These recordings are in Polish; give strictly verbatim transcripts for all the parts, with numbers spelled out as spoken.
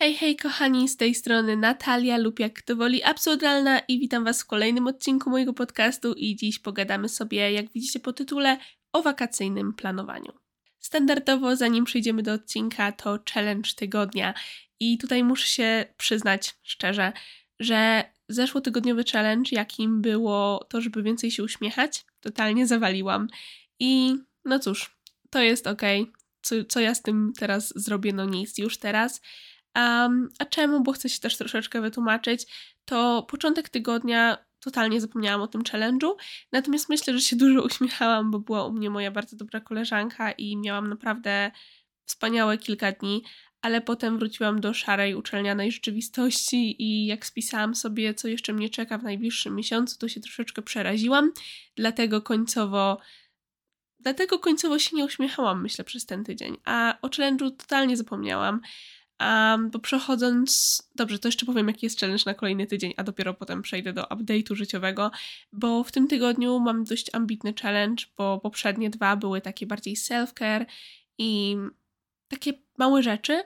Hej, hej kochani, z tej strony Natalia lub jak kto woli Absurdalna i witam Was w kolejnym odcinku mojego podcastu i dziś pogadamy sobie, jak widzicie po tytule, o wakacyjnym planowaniu. Standardowo, zanim przejdziemy do odcinka, to challenge tygodnia i tutaj muszę się przyznać szczerze, że zeszłotygodniowy challenge, jakim było to, żeby więcej się uśmiechać, totalnie zawaliłam i no cóż, to jest okej, co, co ja z tym teraz zrobię, no nic, już teraz. Um, a czemu? Bo chcę się też troszeczkę wytłumaczyć. To początek tygodnia totalnie zapomniałam o tym challenge'u, natomiast myślę, że się dużo uśmiechałam, bo była u mnie moja bardzo dobra koleżanka i miałam naprawdę wspaniałe kilka dni, ale potem wróciłam do szarej, uczelnianej rzeczywistości i jak spisałam sobie, co jeszcze mnie czeka w najbliższym miesiącu, to się troszeczkę przeraziłam, dlatego końcowo dlatego końcowo się nie uśmiechałam, myślę, przez ten tydzień, a o challenge'u totalnie zapomniałam. Um, bo przechodząc... Dobrze, to jeszcze powiem, jaki jest challenge na kolejny tydzień, a dopiero potem przejdę do update'u życiowego, bo w tym tygodniu mam dość ambitny challenge, bo poprzednie dwa były takie bardziej self-care i takie małe rzeczy,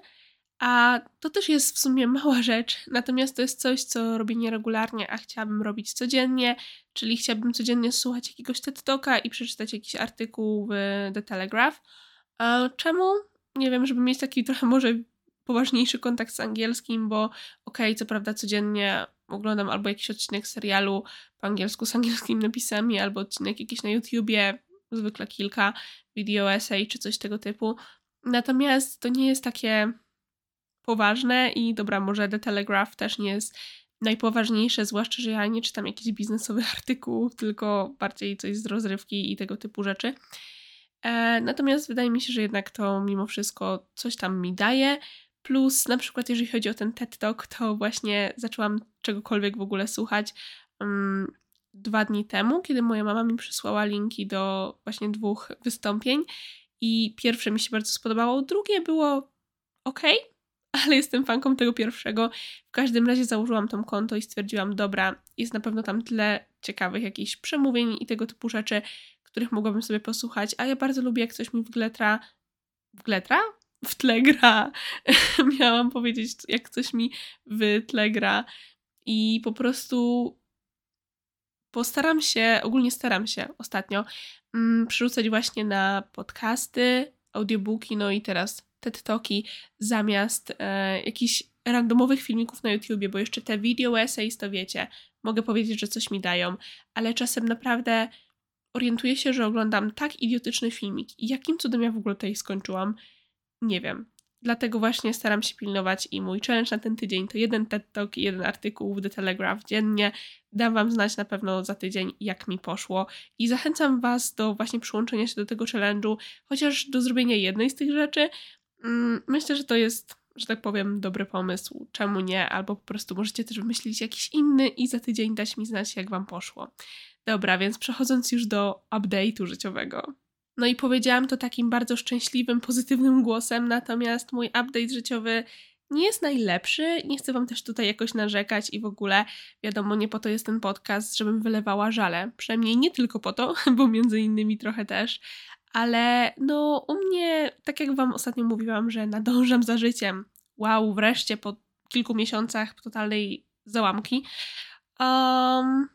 a to też jest w sumie mała rzecz, natomiast to jest coś, co robię nieregularnie, a chciałabym robić codziennie, czyli chciałabym codziennie słuchać jakiegoś TED Talka i przeczytać jakiś artykuł w The Telegraph. A czemu? Nie wiem, żeby mieć taki trochę może poważniejszy kontakt z angielskim, bo okej, okay, co prawda codziennie oglądam albo jakiś odcinek serialu po angielsku z angielskimi napisami, albo odcinek jakiś na YouTubie, zwykle kilka, video essay czy coś tego typu. Natomiast to nie jest takie poważne i dobra, może The Telegraph też nie jest najpoważniejsze, zwłaszcza, że ja nie czytam jakichś biznesowych artykułów, tylko bardziej coś z rozrywki i tego typu rzeczy. E, natomiast wydaje mi się, że jednak to mimo wszystko coś tam mi daje. Plus na przykład jeżeli chodzi o ten TED Talk, to właśnie zaczęłam czegokolwiek w ogóle słuchać um, dwa dni temu, kiedy moja mama mi przysłała linki do właśnie dwóch wystąpień i pierwsze mi się bardzo spodobało, drugie było okej, ale jestem fanką tego pierwszego. W każdym razie założyłam tam konto i stwierdziłam, dobra, jest na pewno tam tyle ciekawych jakichś przemówień i tego typu rzeczy, których mogłabym sobie posłuchać, a ja bardzo lubię, jak coś mi wgletra... Wgletra? W tle gra. Miałam powiedzieć, jak coś mi w tle gra. I po prostu postaram się, ogólnie staram się ostatnio mm, przerzucać właśnie na podcasty, audiobooki, no i teraz TED Talki zamiast e, jakichś randomowych filmików na YouTubie, bo jeszcze te video essays, to wiecie, mogę powiedzieć, że coś mi dają, ale czasem naprawdę orientuję się, że oglądam tak idiotyczny filmik i jakim cudem ja w ogóle tutaj skończyłam, nie wiem. Dlatego właśnie staram się pilnować i mój challenge na ten tydzień to jeden TED Talk i jeden artykuł w The Telegraph dziennie. Dam Wam znać na pewno za tydzień, jak mi poszło i zachęcam Was do właśnie przyłączenia się do tego challenge'u, chociaż do zrobienia jednej z tych rzeczy. Myślę, że to jest, że tak powiem, dobry pomysł. Czemu nie? Albo po prostu możecie też wymyślić jakiś inny i za tydzień dać mi znać, jak Wam poszło. Dobra, więc przechodząc już do update'u życiowego. No i powiedziałam to takim bardzo szczęśliwym, pozytywnym głosem, natomiast mój update życiowy nie jest najlepszy. Nie chcę Wam też tutaj jakoś narzekać i w ogóle, wiadomo, nie po to jest ten podcast, żebym wylewała żale. Przynajmniej nie tylko po to, bo między innymi trochę też. Ale no u mnie, tak jak Wam ostatnio mówiłam, że nadążam za życiem. Wow, wreszcie po kilku miesiącach totalnej załamki. Um,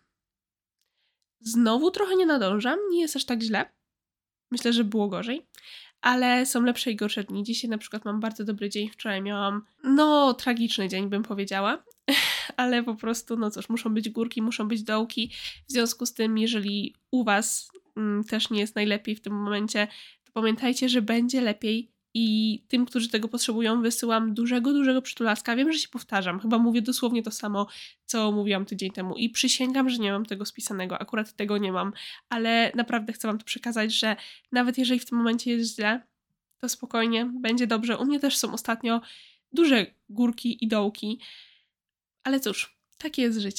znowu trochę nie nadążam, nie jest aż tak źle. Myślę, że było gorzej, ale są lepsze i gorsze dni. Dzisiaj na przykład mam bardzo dobry dzień, wczoraj miałam, no, tragiczny dzień, bym powiedziała, ale po prostu, no cóż, muszą być górki, muszą być dołki. W związku z tym, jeżeli u Was mm, też nie jest najlepiej w tym momencie, to pamiętajcie, że będzie lepiej i tym, którzy tego potrzebują, wysyłam dużego, dużego przytulaska. Wiem, że się powtarzam, chyba mówię dosłownie to samo, co mówiłam tydzień temu i przysięgam, że nie mam tego spisanego, akurat tego nie mam, ale naprawdę chcę Wam to przekazać, że nawet jeżeli w tym momencie jest źle, to spokojnie, będzie dobrze. U mnie też są ostatnio duże górki i dołki, ale cóż, takie jest życie.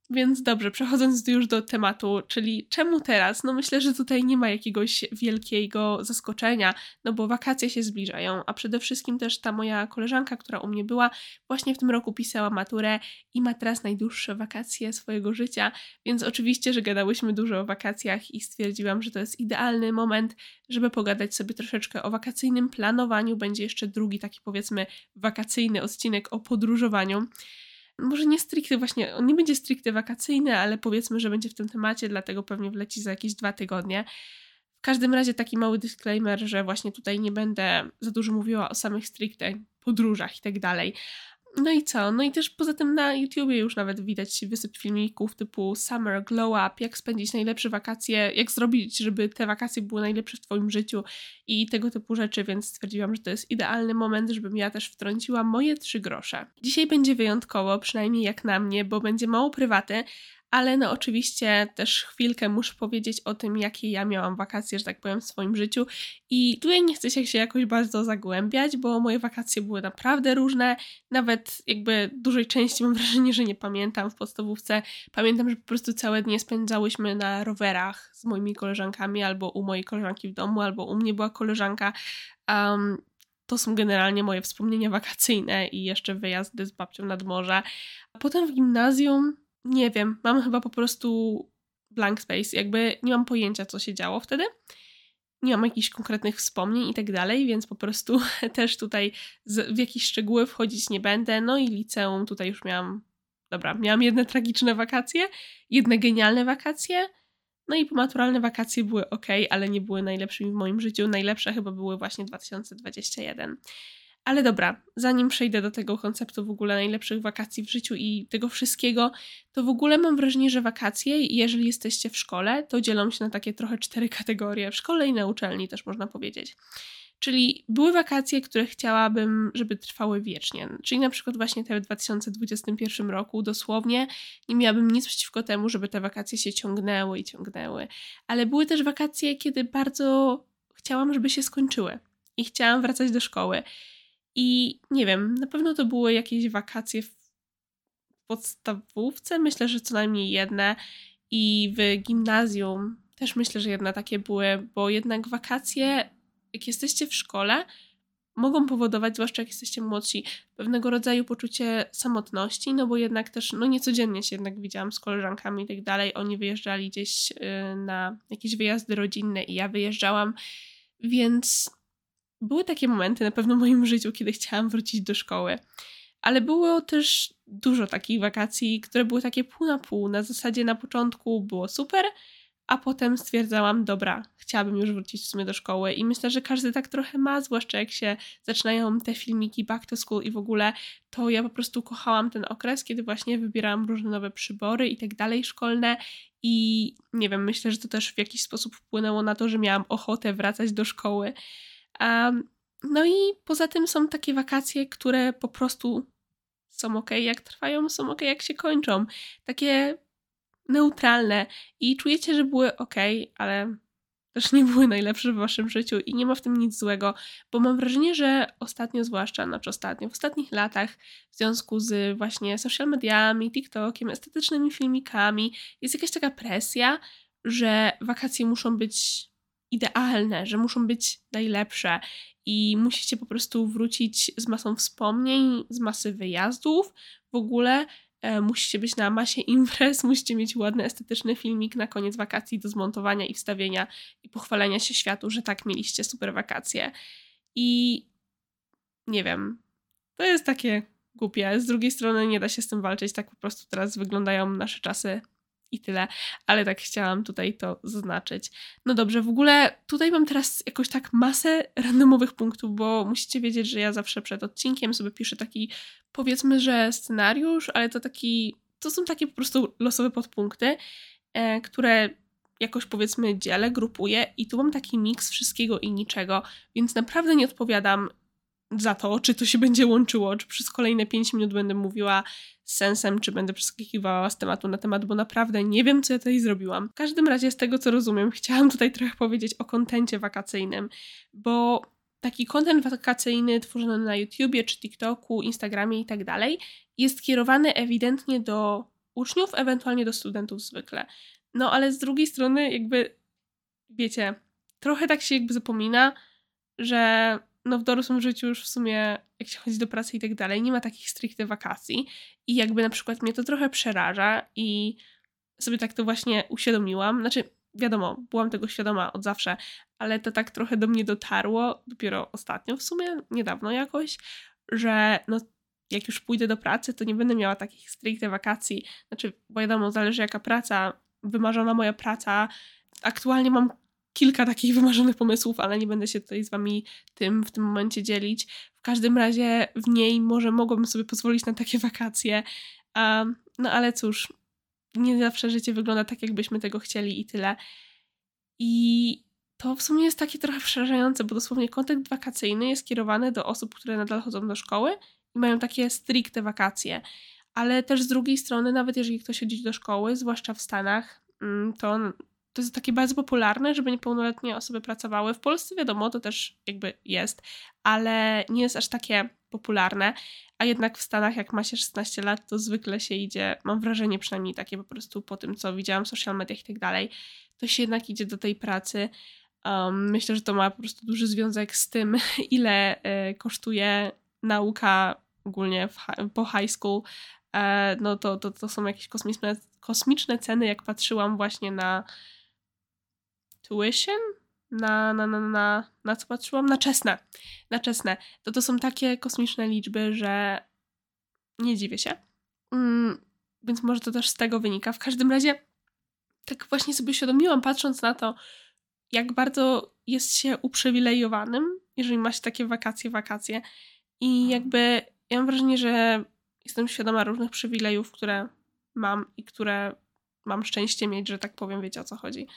Więc dobrze, przechodząc już do tematu, czyli czemu teraz? No myślę, że tutaj nie ma jakiegoś wielkiego zaskoczenia, no bo wakacje się zbliżają, a przede wszystkim też ta moja koleżanka, która u mnie była, właśnie w tym roku pisała maturę i ma teraz najdłuższe wakacje swojego życia, więc oczywiście, że gadałyśmy dużo o wakacjach i stwierdziłam, że to jest idealny moment, żeby pogadać sobie troszeczkę o wakacyjnym planowaniu. Będzie jeszcze drugi taki, powiedzmy, wakacyjny odcinek o podróżowaniu. Może nie stricte właśnie, on nie będzie stricte wakacyjny, ale powiedzmy, że będzie w tym temacie, dlatego pewnie wleci za jakieś dwa tygodnie. W każdym razie taki mały disclaimer, że właśnie tutaj nie będę za dużo mówiła o samych stricte podróżach i tak dalej. No i co? No i też poza tym na YouTubie już nawet widać wysyp filmików typu Summer Glow Up, jak spędzić najlepsze wakacje, jak zrobić, żeby te wakacje były najlepsze w twoim życiu i tego typu rzeczy, więc stwierdziłam, że to jest idealny moment, żebym ja też wtrąciła moje trzy grosze. Dzisiaj będzie wyjątkowo, przynajmniej jak na mnie, bo będzie mało prywaty, ale no oczywiście też chwilkę muszę powiedzieć o tym, jakie ja miałam wakacje, że tak powiem, w swoim życiu i tutaj nie chcę się jakoś bardzo zagłębiać, bo moje wakacje były naprawdę różne, nawet jakby dużej części mam wrażenie, że nie pamiętam w podstawówce. Pamiętam, że po prostu całe dnie spędzałyśmy na rowerach z moimi koleżankami, albo u mojej koleżanki w domu, albo u mnie była koleżanka. Um, To są generalnie moje wspomnienia wakacyjne i jeszcze wyjazdy z babcią nad morze. A potem w gimnazjum nie wiem, mam chyba po prostu blank space, jakby nie mam pojęcia, co się działo wtedy. Nie mam jakichś konkretnych wspomnień i tak dalej, więc po prostu też tutaj z, w jakieś szczegóły wchodzić nie będę. No i liceum tutaj już miałam, dobra, miałam jedne tragiczne wakacje, jedne genialne wakacje, no i pomaturalne wakacje były ok, ale nie były najlepszymi w moim życiu. Najlepsze chyba były właśnie dwa tysiące dwudziesty pierwszy. Ale dobra, zanim przejdę do tego konceptu w ogóle najlepszych wakacji w życiu i tego wszystkiego, to w ogóle mam wrażenie, że wakacje, jeżeli jesteście w szkole, to dzielą się na takie trochę cztery kategorie. W szkole i na uczelni też można powiedzieć. Czyli były wakacje, które chciałabym, żeby trwały wiecznie. Czyli na przykład właśnie te w dwa tysiące dwudziestym pierwszym roku dosłownie nie miałabym nic przeciwko temu, żeby te wakacje się ciągnęły i ciągnęły. Ale były też wakacje, kiedy bardzo chciałam, żeby się skończyły. I chciałam wracać do szkoły. I nie wiem, na pewno to były jakieś wakacje w podstawówce, myślę, że co najmniej jedne i w gimnazjum też myślę, że jedne takie były, bo jednak wakacje, jak jesteście w szkole, mogą powodować, zwłaszcza jak jesteście młodsi, pewnego rodzaju poczucie samotności, no bo jednak też, no niecodziennie się jednak widziałam z koleżankami i tak dalej, oni wyjeżdżali gdzieś yy, na jakieś wyjazdy rodzinne i ja wyjeżdżałam, więc były takie momenty na pewno w moim życiu, kiedy chciałam wrócić do szkoły. Ale było też dużo takich wakacji, które były takie pół na pół. Na zasadzie na początku było super, a potem stwierdzałam, dobra, chciałabym już wrócić w sumie do szkoły. I myślę, że każdy tak trochę ma, zwłaszcza jak się zaczynają te filmiki back to school i w ogóle, to ja po prostu kochałam ten okres, kiedy właśnie wybierałam różne nowe przybory i tak dalej szkolne. I nie wiem, myślę, że to też w jakiś sposób wpłynęło na to, że miałam ochotę wracać do szkoły. Um, no i poza tym są takie wakacje, które po prostu są okej, jak trwają, są okej, jak się kończą. Takie neutralne i czujecie, że były okej, ale też nie były najlepsze w waszym życiu i nie ma w tym nic złego, bo mam wrażenie, że ostatnio zwłaszcza, znaczy ostatnio, w ostatnich latach w związku z właśnie social mediami, TikTokiem, estetycznymi filmikami jest jakaś taka presja, że wakacje muszą być idealne, że muszą być najlepsze i musicie po prostu wrócić z masą wspomnień, z masy wyjazdów, w ogóle e, musicie być na masie imprez, musicie mieć ładny, estetyczny filmik na koniec wakacji do zmontowania i wstawienia i pochwalenia się światu, że tak, mieliście super wakacje. I nie wiem, to jest takie głupie. Z drugiej strony nie da się z tym walczyć, tak po prostu teraz wyglądają nasze czasy i tyle, ale tak chciałam tutaj to zaznaczyć. No dobrze, w ogóle tutaj mam teraz jakoś tak masę randomowych punktów, bo musicie wiedzieć, że ja zawsze przed odcinkiem sobie piszę taki, powiedzmy, że scenariusz, ale to taki, to są takie po prostu losowe podpunkty, e, które jakoś powiedzmy dzielę, grupuję i tu mam taki miks wszystkiego i niczego, więc naprawdę nie odpowiadam za to, czy to się będzie łączyło, czy przez kolejne pięć minut będę mówiła z sensem, czy będę przeskakiwała z tematu na temat, bo naprawdę nie wiem, co ja tutaj zrobiłam. W każdym razie, z tego co rozumiem, chciałam tutaj trochę powiedzieć o kontencie wakacyjnym, bo taki kontent wakacyjny tworzony na YouTubie, czy TikToku, Instagramie i tak dalej jest kierowany ewidentnie do uczniów, ewentualnie do studentów zwykle. No ale z drugiej strony jakby, wiecie, trochę tak się jakby zapomina, że no w dorosłym życiu już w sumie, jak się chodzi do pracy i tak dalej, nie ma takich stricte wakacji i jakby na przykład mnie to trochę przeraża i sobie tak to właśnie uświadomiłam. Znaczy, wiadomo, byłam tego świadoma od zawsze, ale to tak trochę do mnie dotarło dopiero ostatnio w sumie, niedawno jakoś, że no jak już pójdę do pracy, to nie będę miała takich stricte wakacji. Znaczy, wiadomo, zależy jaka praca, wymarzona moja praca. Aktualnie mam kilka takich wymarzonych pomysłów, ale nie będę się tutaj z wami tym w tym momencie dzielić. W każdym razie w niej może mogłabym sobie pozwolić na takie wakacje. Um, no ale cóż, nie zawsze życie wygląda tak, jakbyśmy tego chcieli i tyle. I to w sumie jest takie trochę przerażające, bo dosłownie kontent wakacyjny jest kierowany do osób, które nadal chodzą do szkoły i mają takie stricte wakacje. Ale też z drugiej strony, nawet jeżeli ktoś chodzi do szkoły, zwłaszcza w Stanach, to, to jest takie bardzo popularne, żeby niepełnoletnie osoby pracowały. W Polsce wiadomo, to też jakby jest, ale nie jest aż takie popularne. A jednak w Stanach, jak ma się szesnaście lat, to zwykle się idzie, mam wrażenie przynajmniej takie po prostu po tym, co widziałam w social mediach i tak dalej, to się jednak idzie do tej pracy. Um, myślę, że to ma po prostu duży związek z tym, ile y, kosztuje nauka ogólnie w, po high school. E, no to, to, to są jakieś kosmiczne, kosmiczne ceny, jak patrzyłam właśnie na tuition, na, na, na, na, na co patrzyłam? Na czesne. Na czesne. To to są takie kosmiczne liczby, że nie dziwię się. Mm, więc może to też z tego wynika. W każdym razie tak właśnie sobie uświadomiłam, patrząc na to, jak bardzo jest się uprzywilejowanym, jeżeli ma się takie wakacje, wakacje. I jakby ja mam wrażenie, że jestem świadoma różnych przywilejów, które mam i które mam szczęście mieć, że tak powiem, wiecie o co chodzi.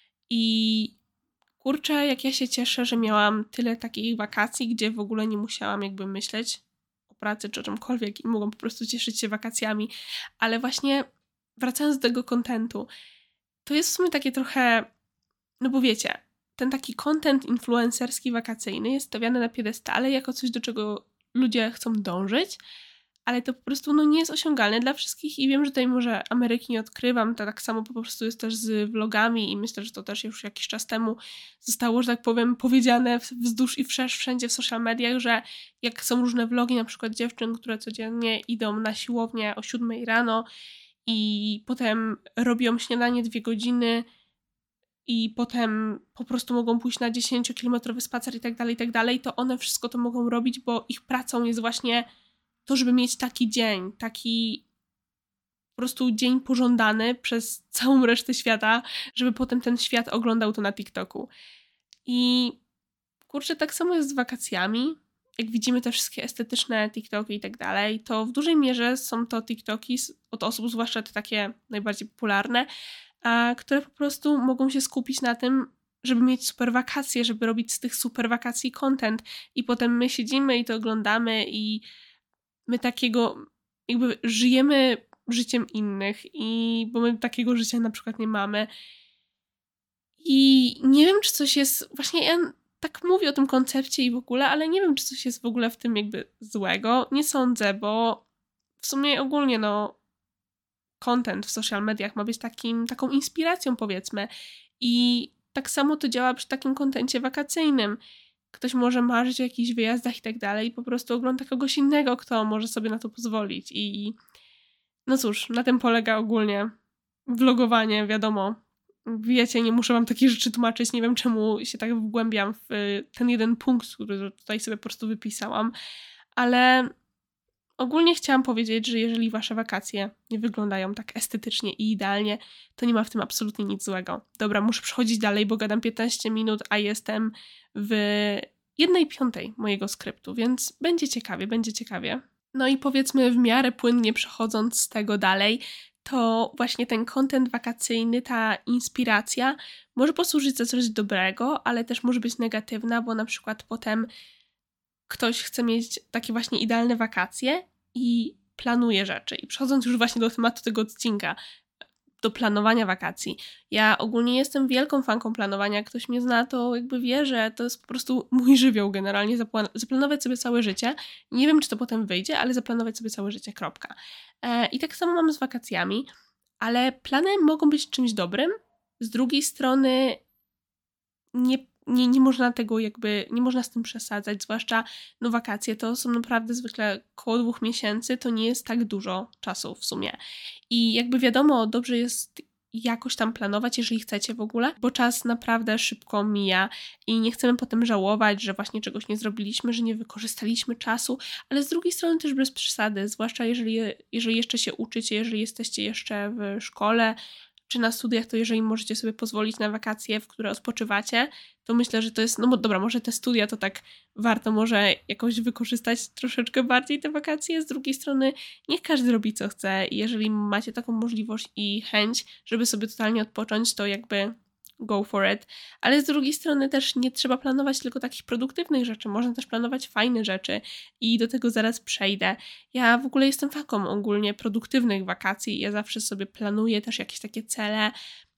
I kurczę, jak ja się cieszę, że miałam tyle takich wakacji, gdzie w ogóle nie musiałam jakby myśleć o pracy czy o czymkolwiek i mogłam po prostu cieszyć się wakacjami. Ale właśnie wracając do tego kontentu, to jest w sumie takie trochę, no bo wiecie, ten taki content influencerski wakacyjny jest stawiany na piedestale jako coś, do czego ludzie chcą dążyć, ale to po prostu no, nie jest osiągalne dla wszystkich i wiem, że tutaj może Ameryki nie odkrywam, to tak samo po prostu jest też z vlogami i myślę, że to też już jakiś czas temu zostało, że tak powiem, powiedziane wzdłuż i wszerz wszędzie w social mediach, że jak są różne vlogi, na przykład dziewczyn, które codziennie idą na siłownię o siódmej rano i potem robią śniadanie dwie godziny i potem po prostu mogą pójść na dziesięciokilometrowy spacer i tak dalej, i tak dalej, to one wszystko to mogą robić, bo ich pracą jest właśnie to, żeby mieć taki dzień, taki po prostu dzień pożądany przez całą resztę świata, żeby potem ten świat oglądał to na TikToku. I kurczę, tak samo jest z wakacjami. Jak widzimy te wszystkie estetyczne TikToki i tak dalej, to w dużej mierze są to TikToki od osób, zwłaszcza te takie najbardziej popularne, a które po prostu mogą się skupić na tym, żeby mieć super wakacje, żeby robić z tych super wakacji content i potem my siedzimy i to oglądamy i my takiego jakby żyjemy życiem innych i bo my takiego życia na przykład nie mamy i nie wiem, czy coś jest, właśnie ja tak mówię o tym koncepcie i w ogóle, ale nie wiem, czy coś jest w ogóle w tym jakby złego, nie sądzę, bo w sumie ogólnie no content w social mediach ma być takim, taką inspiracją powiedzmy i tak samo to działa przy takim kontencie wakacyjnym. Ktoś może marzyć o jakichś wyjazdach i tak dalej i po prostu ogląda kogoś innego, kto może sobie na to pozwolić i no cóż, na tym polega ogólnie vlogowanie, wiadomo. Wiecie, nie muszę wam takich rzeczy tłumaczyć, nie wiem czemu się tak wgłębiam w ten jeden punkt, który tutaj sobie po prostu wypisałam, ale ogólnie chciałam powiedzieć, że jeżeli wasze wakacje nie wyglądają tak estetycznie i idealnie, to nie ma w tym absolutnie nic złego. Dobra, muszę przechodzić dalej, bo gadam piętnaście minut, a jestem w jednej piątej mojego skryptu, więc będzie ciekawie, będzie ciekawie. No i powiedzmy w miarę płynnie przechodząc z tego dalej, to właśnie ten content wakacyjny, ta inspiracja może posłużyć za coś dobrego, ale też może być negatywna, bo na przykład potem ktoś chce mieć takie właśnie idealne wakacje i planuje rzeczy. I przechodząc już właśnie do tematu tego odcinka, do planowania wakacji. Ja ogólnie jestem wielką fanką planowania. Jak ktoś mnie zna, to jakby wie, że to jest po prostu mój żywioł generalnie. Zaplan- zaplanować sobie całe życie. Nie wiem, czy to potem wyjdzie, ale zaplanować sobie całe życie, kropka. E, I tak samo mamy z wakacjami, ale plany mogą być czymś dobrym. Z drugiej strony nie, nie, nie można tego jakby, nie można z tym przesadzać, zwłaszcza no wakacje to są naprawdę zwykle koło dwóch miesięcy, to nie jest tak dużo czasu w sumie. I jakby wiadomo, dobrze jest jakoś tam planować, jeżeli chcecie w ogóle, bo czas naprawdę szybko mija i nie chcemy potem żałować, że właśnie czegoś nie zrobiliśmy, że nie wykorzystaliśmy czasu, ale z drugiej strony też bez przesady, zwłaszcza jeżeli, jeżeli jeszcze się uczycie, jeżeli jesteście jeszcze w szkole, czy na studiach, to jeżeli możecie sobie pozwolić na wakacje, w które odpoczywacie, to myślę, że to jest, no bo dobra, może te studia to tak warto może jakoś wykorzystać troszeczkę bardziej te wakacje, z drugiej strony niech każdy robi co chce i jeżeli macie taką możliwość i chęć, żeby sobie totalnie odpocząć, to jakby go for it, ale z drugiej strony też nie trzeba planować tylko takich produktywnych rzeczy, można też planować fajne rzeczy i do tego zaraz przejdę. Ja w ogóle jestem fanką ogólnie produktywnych wakacji, ja zawsze sobie planuję też jakieś takie cele,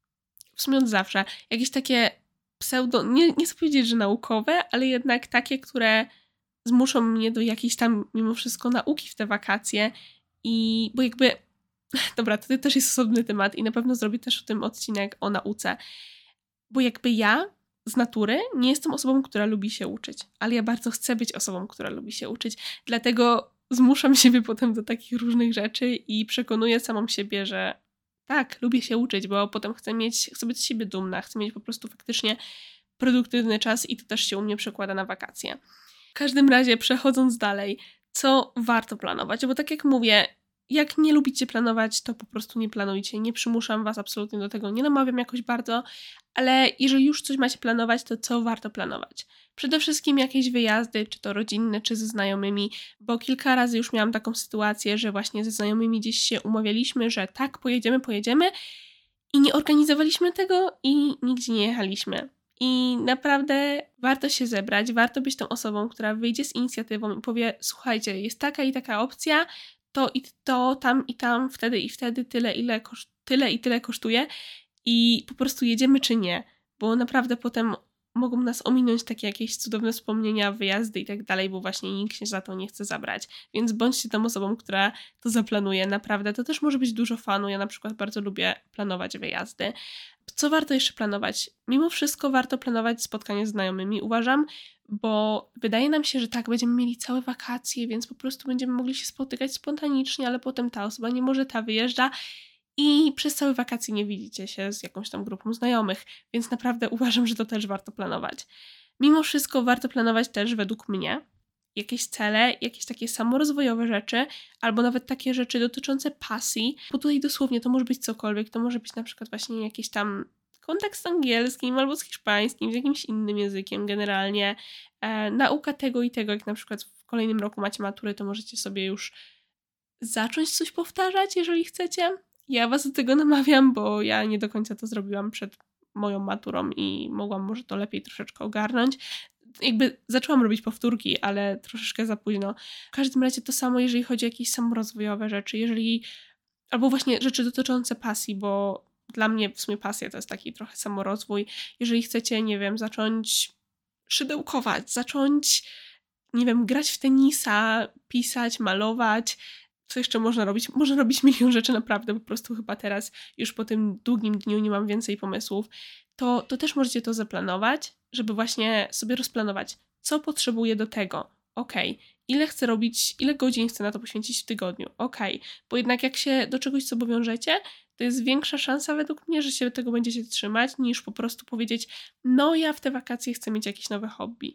w sumie od zawsze, jakieś takie pseudo, nie, nie chcę powiedzieć, że naukowe, ale jednak takie, które zmuszą mnie do jakiejś tam mimo wszystko nauki w te wakacje i bo jakby, dobra, to też jest osobny temat i na pewno zrobię też o tym odcinek o nauce. Bo jakby ja z natury nie jestem osobą, która lubi się uczyć, ale ja bardzo chcę być osobą, która lubi się uczyć. Dlatego zmuszam siebie potem do takich różnych rzeczy i przekonuję samą siebie, że tak, lubię się uczyć, bo potem chcę mieć, chcę być z siebie dumna, chcę mieć po prostu faktycznie produktywny czas i to też się u mnie przekłada na wakacje. W każdym razie, przechodząc dalej, co warto planować? Bo tak jak mówię, jak nie lubicie planować, to po prostu nie planujcie. Nie przymuszam was absolutnie do tego, nie namawiam jakoś bardzo, ale jeżeli już coś macie planować, to co warto planować? Przede wszystkim jakieś wyjazdy, czy to rodzinne, czy ze znajomymi, bo kilka razy już miałam taką sytuację, że właśnie ze znajomymi gdzieś się umawialiśmy, że tak, pojedziemy, pojedziemy i nie organizowaliśmy tego i nigdzie nie jechaliśmy. I naprawdę warto się zebrać, warto być tą osobą, która wyjdzie z inicjatywą i powie, słuchajcie, jest taka i taka opcja, to i to, tam i tam, wtedy i wtedy, tyle, ile koszt, tyle i tyle kosztuje i po prostu jedziemy czy nie, bo naprawdę potem mogą nas ominąć takie jakieś cudowne wspomnienia, wyjazdy i tak dalej, bo właśnie nikt się za to nie chce zabrać, więc bądźcie tą osobą, która to zaplanuje, naprawdę, to też może być dużo fanu, ja na przykład bardzo lubię planować wyjazdy. Co warto jeszcze planować? Mimo wszystko warto planować spotkanie z znajomymi, uważam, bo wydaje nam się, że tak, będziemy mieli całe wakacje, więc po prostu będziemy mogli się spotykać spontanicznie, ale potem ta osoba nie może, ta wyjeżdża i przez całe wakacje nie widzicie się z jakąś tam grupą znajomych, więc naprawdę uważam, że to też warto planować. Mimo wszystko warto planować też według mnie jakieś cele, jakieś takie samorozwojowe rzeczy, albo nawet takie rzeczy dotyczące pasji, bo tutaj dosłownie to może być cokolwiek, to może być na przykład właśnie jakiś tam kontakt z angielskim, albo z hiszpańskim, z jakimś innym językiem generalnie, e, nauka tego i tego, jak na przykład w kolejnym roku macie matury, to możecie sobie już zacząć coś powtarzać, jeżeli chcecie. Ja was do tego namawiam, bo ja nie do końca to zrobiłam przed moją maturą i mogłam może to lepiej troszeczkę ogarnąć. Jakby zaczęłam robić powtórki, ale troszeczkę za późno. W każdym razie to samo, jeżeli chodzi o jakieś samorozwojowe rzeczy, jeżeli albo właśnie rzeczy dotyczące pasji, bo dla mnie w sumie pasja to jest taki trochę samorozwój. Jeżeli chcecie, nie wiem, zacząć szydełkować, zacząć, nie wiem, grać w tenisa, pisać, malować, co jeszcze można robić? Można robić milion rzeczy naprawdę, po prostu chyba teraz już po tym długim dniu nie mam więcej pomysłów. To, to też możecie to zaplanować, żeby właśnie sobie rozplanować, co potrzebuję do tego. Okej, okay. Ile chcę robić, ile godzin chcę na to poświęcić w tygodniu. Okej, okay. Bo jednak jak się do czegoś zobowiążecie, to jest większa szansa według mnie, że się tego będziecie trzymać, niż po prostu powiedzieć, no ja w te wakacje chcę mieć jakieś nowe hobby.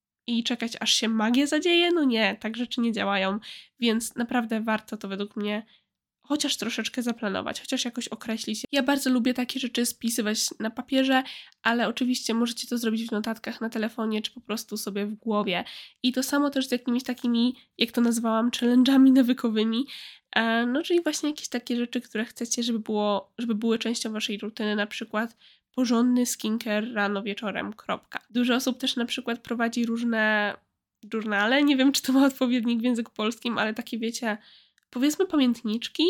I czekać, aż się magia zadzieje? No nie, tak rzeczy nie działają, więc naprawdę warto to według mnie chociaż troszeczkę zaplanować, chociaż jakoś określić. Ja bardzo lubię takie rzeczy spisywać na papierze, ale oczywiście możecie to zrobić w notatkach na telefonie, czy po prostu sobie w głowie. I to samo też z jakimiś takimi, jak to nazwałam, challenge'ami nawykowymi, no czyli właśnie jakieś takie rzeczy, które chcecie, żeby było, żeby były częścią waszej rutyny, na przykład porządny skincare rano, wieczorem, kropka. Dużo osób też na przykład prowadzi różne journale, nie wiem, czy to ma odpowiednik w języku polskim, ale takie, wiecie, powiedzmy pamiętniczki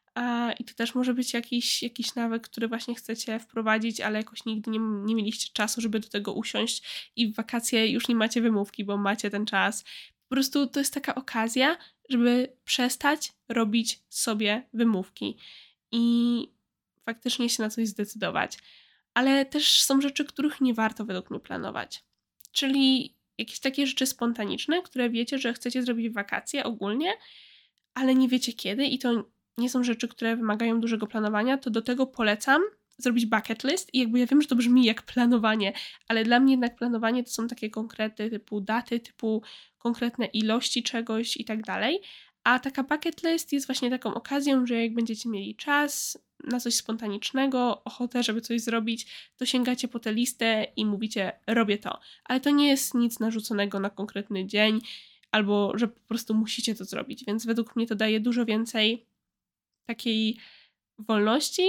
a, i to też może być jakiś, jakiś nawyk, który właśnie chcecie wprowadzić, ale jakoś nigdy nie, nie mieliście czasu, żeby do tego usiąść i w wakacje już nie macie wymówki, bo macie ten czas. Po prostu to jest taka okazja, żeby przestać robić sobie wymówki i faktycznie się na coś zdecydować. Ale też są rzeczy, których nie warto według mnie planować. Czyli jakieś takie rzeczy spontaniczne, które wiecie, że chcecie zrobić w wakacje ogólnie, ale nie wiecie kiedy i to nie są rzeczy, które wymagają dużego planowania, to do tego polecam zrobić bucket list i jakby ja wiem, że to brzmi jak planowanie, ale dla mnie jednak planowanie to są takie konkrety typu daty, typu konkretne ilości czegoś i tak dalej, a taka bucket list jest właśnie taką okazją, że jak będziecie mieli czas na coś spontanicznego, ochotę, żeby coś zrobić, to sięgacie po tę listę i mówicie, robię to. Ale to nie jest nic narzuconego na konkretny dzień, albo że po prostu musicie to zrobić, więc według mnie to daje dużo więcej takiej wolności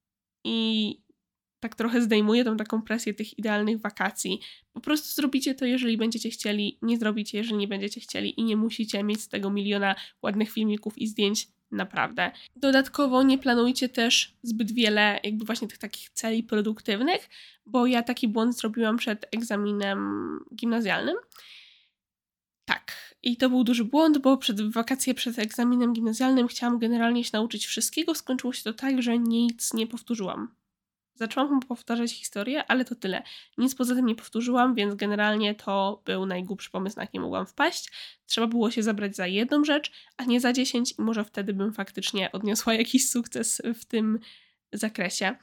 i tak trochę zdejmuje tą taką presję tych idealnych wakacji. Po prostu zrobicie to, jeżeli będziecie chcieli, nie zrobicie, jeżeli nie będziecie chcieli i nie musicie mieć z tego miliona ładnych filmików i zdjęć, naprawdę. Dodatkowo nie planujcie też zbyt wiele jakby właśnie tych takich celi produktywnych, bo ja taki błąd zrobiłam przed egzaminem gimnazjalnym. Tak, i to był duży błąd, bo przed wakacje przed egzaminem gimnazjalnym chciałam generalnie się nauczyć wszystkiego. Skończyło się to tak, że nic nie powtórzyłam. Zaczęłam powtarzać historię, ale to tyle. Nic poza tym nie powtórzyłam, więc generalnie to był najgłupszy pomysł, na jaki mogłam wpaść. Trzeba było się zabrać za jedną rzecz, a nie za dziesięć i może wtedy bym faktycznie odniosła jakiś sukces w tym zakresie.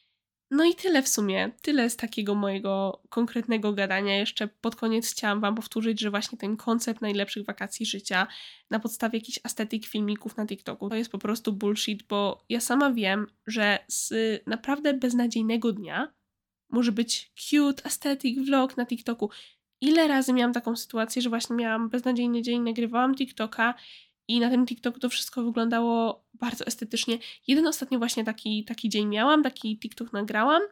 No i tyle w sumie. Tyle z takiego mojego konkretnego gadania. Jeszcze pod koniec chciałam wam powtórzyć, że właśnie ten koncept najlepszych wakacji życia na podstawie jakichś aesthetic filmików na TikToku to jest po prostu bullshit, bo ja sama wiem, że z naprawdę beznadziejnego dnia może być cute aesthetic vlog na TikToku. Ile razy miałam taką sytuację, że właśnie miałam beznadziejny dzień, nagrywałam TikToka i na tym TikToku to wszystko wyglądało bardzo estetycznie. Jeden ostatnio właśnie taki, taki dzień miałam, taki TikTok nagrałam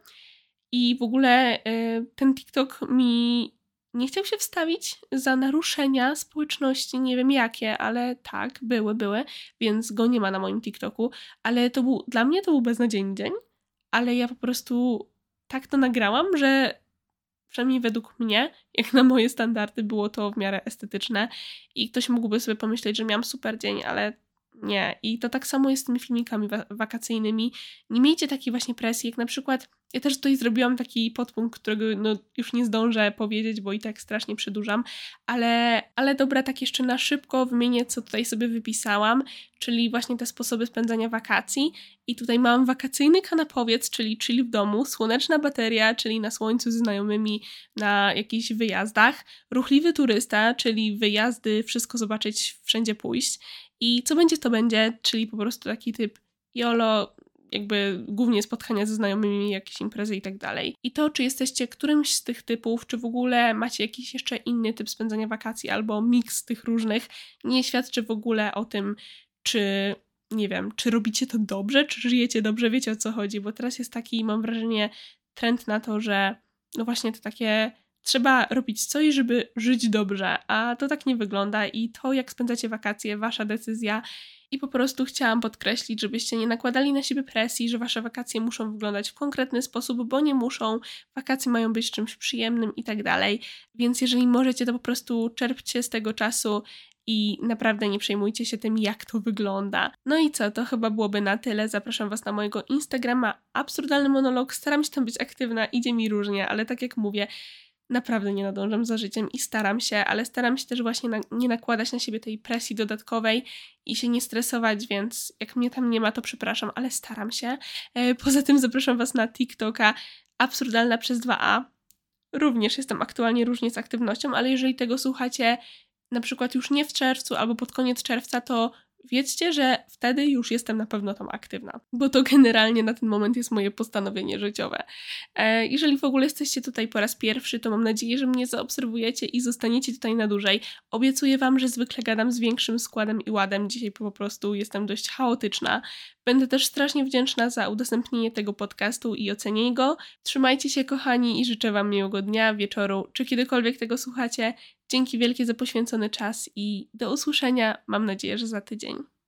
i w ogóle y, ten TikTok mi nie chciał się wstawić za naruszenia społeczności, nie wiem jakie, ale tak, były, były, więc go nie ma na moim TikToku, ale to był, dla mnie to był beznadziejny dzień, ale ja po prostu tak to nagrałam, że przynajmniej według mnie, jak na moje standardy, było to w miarę estetyczne i ktoś mógłby sobie pomyśleć, że miałam super dzień, ale nie. I to tak samo jest z tymi filmikami wa- wakacyjnymi. Nie miejcie takiej właśnie presji, jak na przykład ja też tutaj zrobiłam taki podpunkt, którego no, już nie zdążę powiedzieć, bo i tak strasznie przedłużam, ale, ale dobra, tak jeszcze na szybko wymienię, co tutaj sobie wypisałam, czyli właśnie te sposoby spędzania wakacji. I tutaj mam wakacyjny kanapowiec, czyli chill w domu, słoneczna bateria, czyli na słońcu ze znajomymi na jakichś wyjazdach, ruchliwy turysta, czyli wyjazdy, wszystko zobaczyć, wszędzie pójść. I co będzie, to będzie, czyli po prostu taki typ YOLO, jakby głównie spotkania ze znajomymi, jakieś imprezy i tak dalej. I to, czy jesteście którymś z tych typów, czy w ogóle macie jakiś jeszcze inny typ spędzania wakacji albo miks tych różnych, nie świadczy w ogóle o tym, czy, nie wiem, czy robicie to dobrze, czy żyjecie dobrze, wiecie o co chodzi, bo teraz jest taki, mam wrażenie, trend na to, że no właśnie to takie trzeba robić coś, żeby żyć dobrze, a to tak nie wygląda i to, jak spędzacie wakacje, wasza decyzja i po prostu chciałam podkreślić, żebyście nie nakładali na siebie presji, że wasze wakacje muszą wyglądać w konkretny sposób, bo nie muszą, wakacje mają być czymś przyjemnym i tak dalej, więc jeżeli możecie, to po prostu czerpcie z tego czasu i naprawdę nie przejmujcie się tym, jak to wygląda. No i co, to chyba byłoby na tyle. Zapraszam was na mojego Instagrama Absurdalny Monolog. Staram się tam być aktywna, idzie mi różnie, ale tak jak mówię, naprawdę nie nadążam za życiem i staram się, ale staram się też właśnie na, nie nakładać na siebie tej presji dodatkowej i się nie stresować, więc jak mnie tam nie ma, to przepraszam, ale staram się. E, poza tym zapraszam was na TikToka Absurdalna przez dwa a. Również jestem aktualnie różnie z aktywnością, ale jeżeli tego słuchacie na przykład już nie w czerwcu albo pod koniec czerwca, to wiedzcie, że wtedy już jestem na pewno tam aktywna, bo to generalnie na ten moment jest moje postanowienie życiowe. E, jeżeli w ogóle jesteście tutaj po raz pierwszy, to mam nadzieję, że mnie zaobserwujecie i zostaniecie tutaj na dłużej. Obiecuję wam, że zwykle gadam z większym składem i ładem. Dzisiaj po prostu jestem dość chaotyczna. Będę też strasznie wdzięczna za udostępnienie tego podcastu i ocenienie go. Trzymajcie się, kochani, i życzę wam miłego dnia, wieczoru, czy kiedykolwiek tego słuchacie. Dzięki wielkie za poświęcony czas i do usłyszenia, mam nadzieję, że za tydzień.